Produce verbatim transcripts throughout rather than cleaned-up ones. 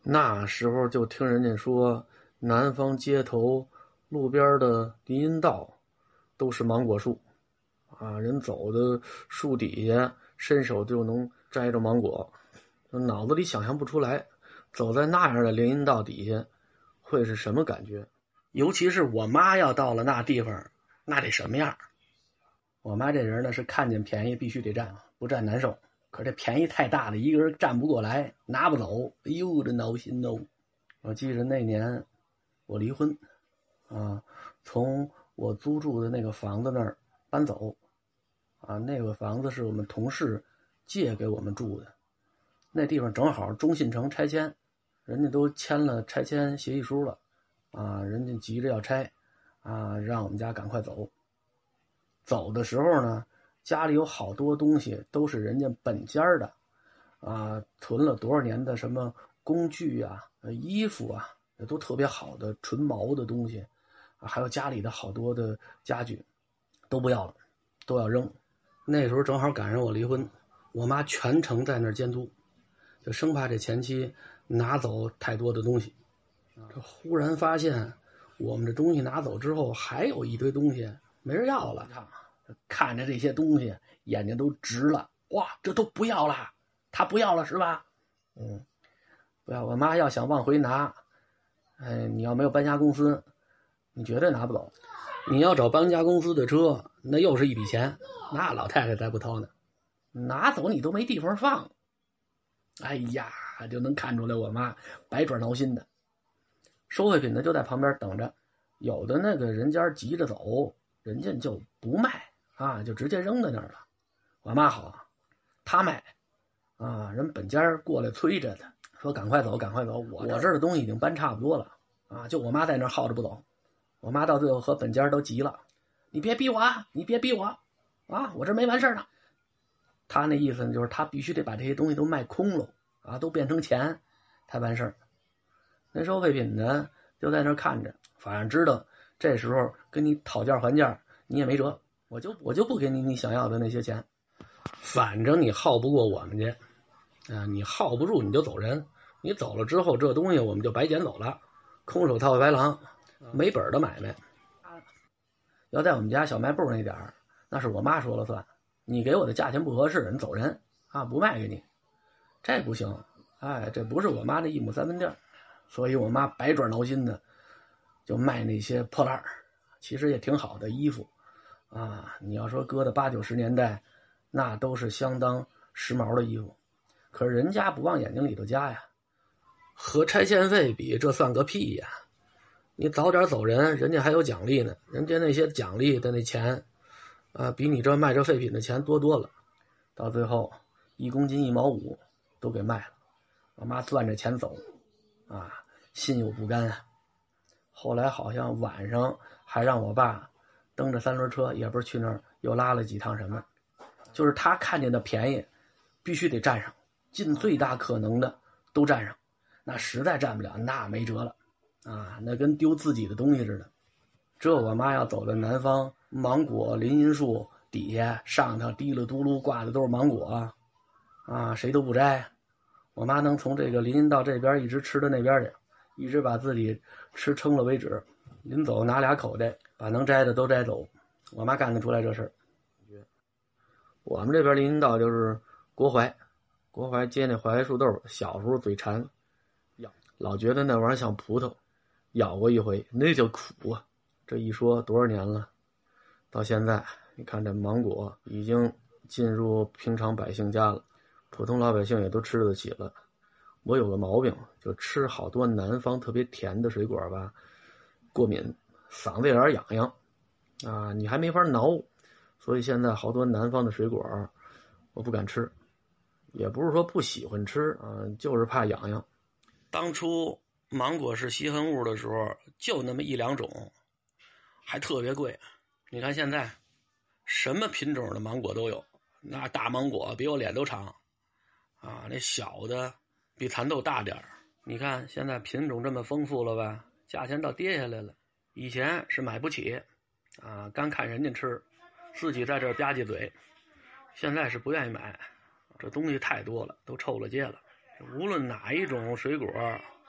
那时候就听人家说，南方街头路边的林荫道都是芒果树啊，人走的树底下伸手就能摘着芒果，脑子里想象不出来走在那样的林荫道底下会是什么感觉。尤其是我妈要到了那地方，那得什么样。我妈这人呢是看见便宜必须得占，不占难受。可这便宜太大了，一个人占不过来，拿不走，哎呦，这挠心哦！我记着那年我离婚啊，从我租住的那个房子那儿搬走啊，那个房子是我们同事借给我们住的，那地方正好中信城拆迁，人家都签了拆迁协议书了啊，人家急着要拆啊，让我们家赶快走。走的时候呢，家里有好多东西都是人家本家的啊，存了多少年的什么工具啊、衣服啊，都特别好的纯毛的东西啊，还有家里的好多的家具都不要了，都要扔。那时候正好赶上我离婚，我妈全程在那儿监督，就生怕这前妻拿走太多的东西。这忽然发现我们这东西拿走之后，还有一堆东西没人要了，看着这些东西眼睛都直了，哇，这都不要了，他不要了是吧？嗯，不要。我妈要想往回拿，哎，你要没有搬家公司，你绝对拿不走。你要找搬家公司的车，那又是一笔钱，那老太太才不掏呢。拿走你都没地方放，哎呀，就能看出来我妈百爪挠心的。收废品的就在旁边等着，有的那个人家急着走，人家就不卖啊，就直接扔在那儿了。我妈好，她卖啊，人本家过来催着她，说赶快走赶快走，我我这儿的东西已经搬差不多了啊，就我妈在那儿耗着不走。我妈到最后和本家都急了，你别逼我啊，你别逼我啊，我这没完事呢。她那意思就是她必须得把这些东西都卖空了啊，都变成钱才完事儿。那收废品的就在那儿看着，反正知道这时候跟你讨价还价你也没辙，我就我就不给你你想要的那些钱，反正你耗不过我们去啊，你耗不住你就走人，你走了之后这东西我们就白捡走了，空手套白狼，没本的买卖。要在我们家小卖部那点儿，那是我妈说了算，你给我的价钱不合适，你走人啊，不卖给你，这不行。哎，这不是我妈的一亩三分地儿，所以我妈百爪挠心的就卖那些破烂儿，其实也挺好的衣服啊，你要说搁到八九十年代，那都是相当时髦的衣服，可是人家不往眼睛里头加呀，和拆迁费比这算个屁呀，你早点走人，人家还有奖励呢，人家那些奖励的那钱啊，比你这卖这废品的钱多多了，到最后一公斤一毛五都给卖了，我妈攥着钱走啊，心有不甘啊。后来好像晚上还让我爸蹬着三轮车，也不是去那儿又拉了几趟什么，就是他看见的便宜必须得占上，尽最大可能的都占上，那实在占不了那没辙了啊，那跟丢自己的东西似的。这我妈要走到南方，芒果林荫树底下上头滴了嘟噜挂的都是芒果啊，谁都不摘，我妈能从这个林荫道这边一直吃到那边去，一直把自己吃撑了为止，临走拿俩口袋把能摘的都摘走，我妈干得出来这事儿。我们这边林荫道就是国槐，国槐结那槐树豆，小时候嘴馋，老觉得那玩意儿像葡萄，咬过一回那叫苦啊。这一说多少年了，到现在你看这芒果已经进入平常百姓家了，普通老百姓也都吃得起了。我有个毛病，就吃好多南方特别甜的水果吧，过敏，嗓子有点痒痒啊，你还没法挠，所以现在好多南方的水果我不敢吃，也不是说不喜欢吃啊，就是怕痒痒。当初芒果是稀罕物的时候，就那么一两种，还特别贵。你看现在什么品种的芒果都有，那大芒果比我脸都长啊，那小的比蚕豆大点儿。你看现在品种这么丰富了吧，价钱倒跌下来了。以前是买不起啊，刚看人家吃，自己在这儿吧唧嘴，现在是不愿意买，这东西太多了，都臭了街了。无论哪一种水果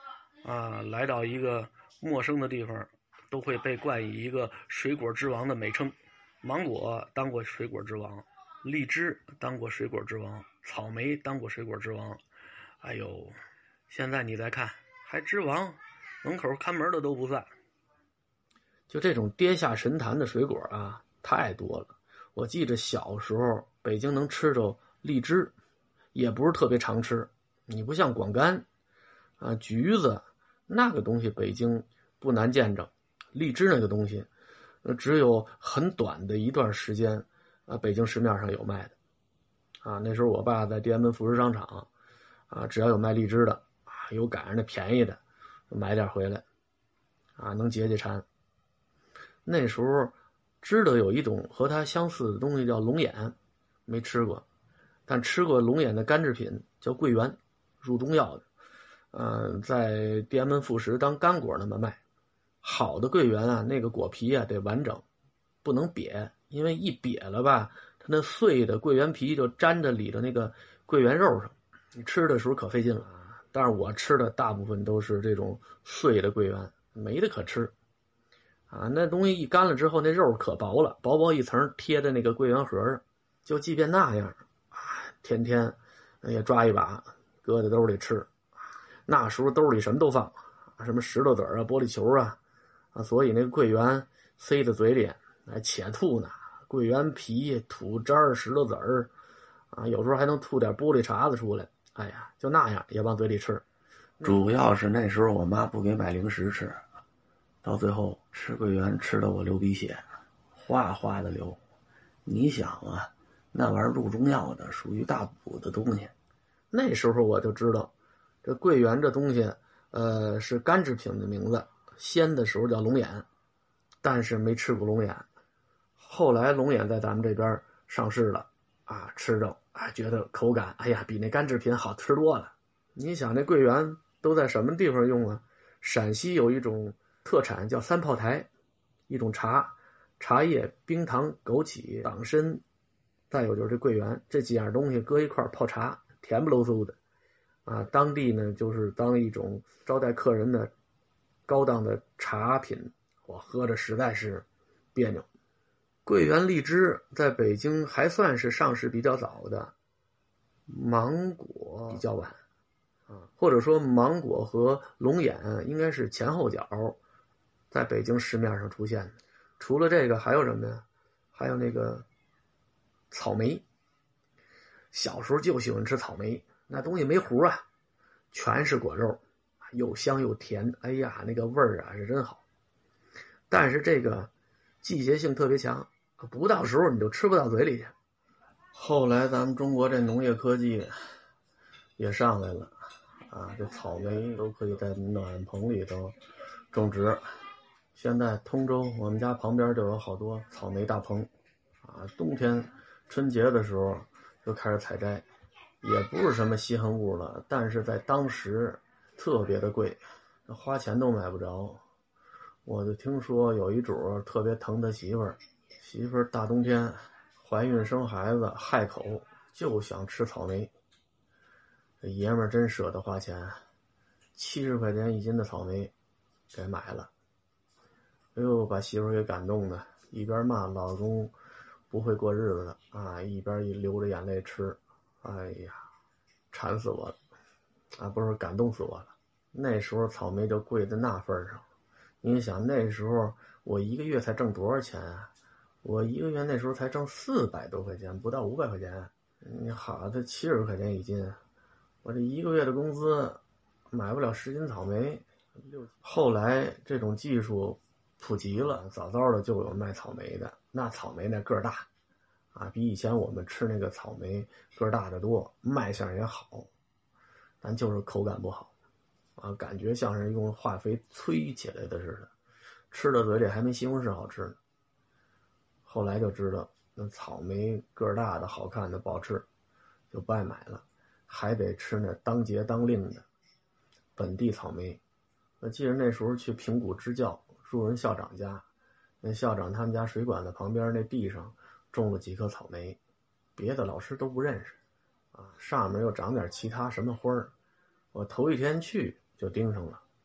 啊，来到一个陌生的地方，都会被冠以一个水果之王的美称。芒果当过水果之王，荔枝当过水果之王，草莓当过水果之王。哎呦，现在你再看，还之王，门口看门的都不算。就这种跌下神坛的水果啊，太多了。我记得小时候北京能吃着荔枝，也不是特别常吃。你不像广柑啊、橘子那个东西，北京不难见着。荔枝那个东西，呃，只有很短的一段时间啊，北京市面上有卖的。啊，那时候我爸在地安门副食商场啊，只要有卖荔枝的啊，有赶上那便宜的，买点回来啊，能解解馋。那时候知道有一种和它相似的东西叫龙眼，没吃过，但吃过龙眼的干制品叫桂圆，入中药的。呃，在地安门副食当干果那么卖。好的桂圆啊，那个果皮啊得完整，不能瘪，因为一瘪了吧，它那碎的桂圆皮就粘着里头那个桂圆肉上，你吃的时候可费劲了啊。但是我吃的大部分都是这种碎的桂圆，没得可吃啊。那东西一干了之后，那肉可薄了，薄薄一层贴在那个桂圆盒上，就即便那样啊，天天也抓一把搁在兜里吃。那时候兜里什么都放，什么石头子啊、玻璃球啊，啊，所以那个桂圆塞在嘴里还且吐呢，桂圆皮、吐汁儿、石头子儿，啊，有时候还能吐点玻璃碴子出来。哎呀，就那样也往嘴里吃。 主要是那时候我妈不给买零食吃，到最后吃桂圆吃到我流鼻血，哗哗的流。你想啊，那玩意儿入中药的，属于大补的东西。 那时候我就知道，这桂圆这东西，呃，是干制品的名字，鲜的时候叫龙眼，但是没吃过龙眼。后来龙眼在咱们这边上市了，啊，吃着啊，觉得口感，哎呀，比那干制品好吃多了。你想那桂圆都在什么地方用啊？陕西有一种特产叫三炮台，一种茶，茶叶、冰糖、枸杞、党参，再有就是这桂圆，这几样东西搁一块泡茶，甜不溜嗖的。啊，当地呢就是当一种招待客人的高档的茶品，我喝着实在是别扭。桂圆荔枝在北京还算是上市比较早的，芒果比较晚啊，或者说芒果和龙眼应该是前后脚在北京市面上出现的。除了这个还有什么呀？还有那个草莓。小时候就喜欢吃草莓，那东西没核啊，全是果肉，又香又甜，哎呀，那个味儿啊是真好。但是这个季节性特别强，不到时候你就吃不到嘴里去。后来咱们中国这农业科技也上来了啊，这草莓都可以在暖棚里头种植。现在通州我们家旁边就有好多草莓大棚啊，冬天春节的时候就开始采摘，也不是什么稀罕物了，但是在当时特别的贵，花钱都买不着。我就听说有一主特别疼他媳妇儿，媳妇儿大冬天怀孕生孩子害口，就想吃草莓。这爷们儿真舍得花钱，七十块钱一斤的草莓给买了。哎呦，把媳妇儿给感动的，一边骂老公不会过日子的啊，一边一流着眼泪吃。哎呀，馋死我了啊！不是，感动死我了。那时候草莓就贵在那份上。你想那时候我一个月才挣多少钱啊？我一个月那时候才挣四百多块钱，不到五百块钱。你好，这七十块钱一斤，我这一个月的工资买不了十斤草莓。后来这种技术普及了，早早的就有卖草莓的。那草莓那个儿大啊，比以前我们吃那个草莓个儿大得多，卖相也好，但就是口感不好啊，感觉像是用化肥催起来的似的，吃到嘴里还没西红柿好吃呢。后来就知道那草莓个儿大的好看的不好吃，就不爱买了，还得吃那当节当令的本地草莓。我记得那时候去平谷支教，住人校长家，那校长他们家水管子旁边那地上种了几棵草莓，别的老师都不认识啊，上面又长点其他什么花儿。我头一天去就盯上了，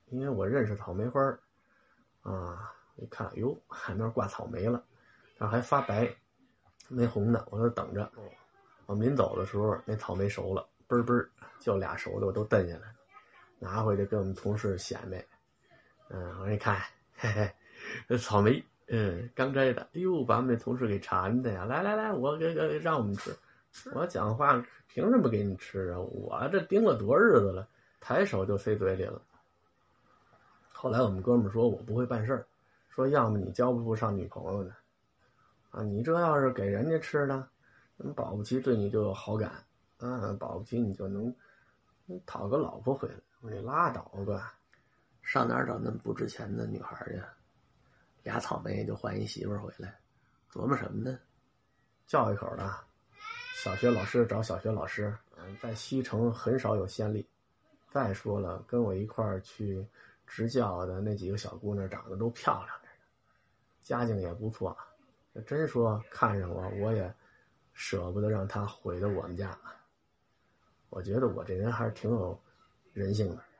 因为我认识草莓花儿啊，一看哟，海面挂草莓了，但还发白，没红的，我就等着。我临走的时候，那草莓熟了，嘣嘣就俩熟的我都蹬下来了，拿回去给我们同事显摆。嗯，我一看，嘿嘿，这草莓，嗯，刚摘的，哎呦，把我们那同事给馋的呀！来来来，我给给让我们吃。我讲话凭什么给你吃啊？我这盯了多少日子了，抬手就塞嘴里了。后来我们哥们说我不会办事儿，说要么你交不上女朋友呢，啊，你这要是给人家吃呢，保不齐对你就有好感，啊，保不齐你就能讨个老婆回来。我说你拉倒吧， 上哪儿找那么不值钱的女孩去？俩草莓就换一媳妇儿回来，琢磨什么呢？ 教育口的，小学老师找小学老师，嗯，在西城很少有先例。再说了，跟我一块儿去执教的那几个小姑娘长得都漂亮着呢，家境也不错。真说看上我，我也舍不得让她回到我们家。我觉得我这人还是挺有人性的。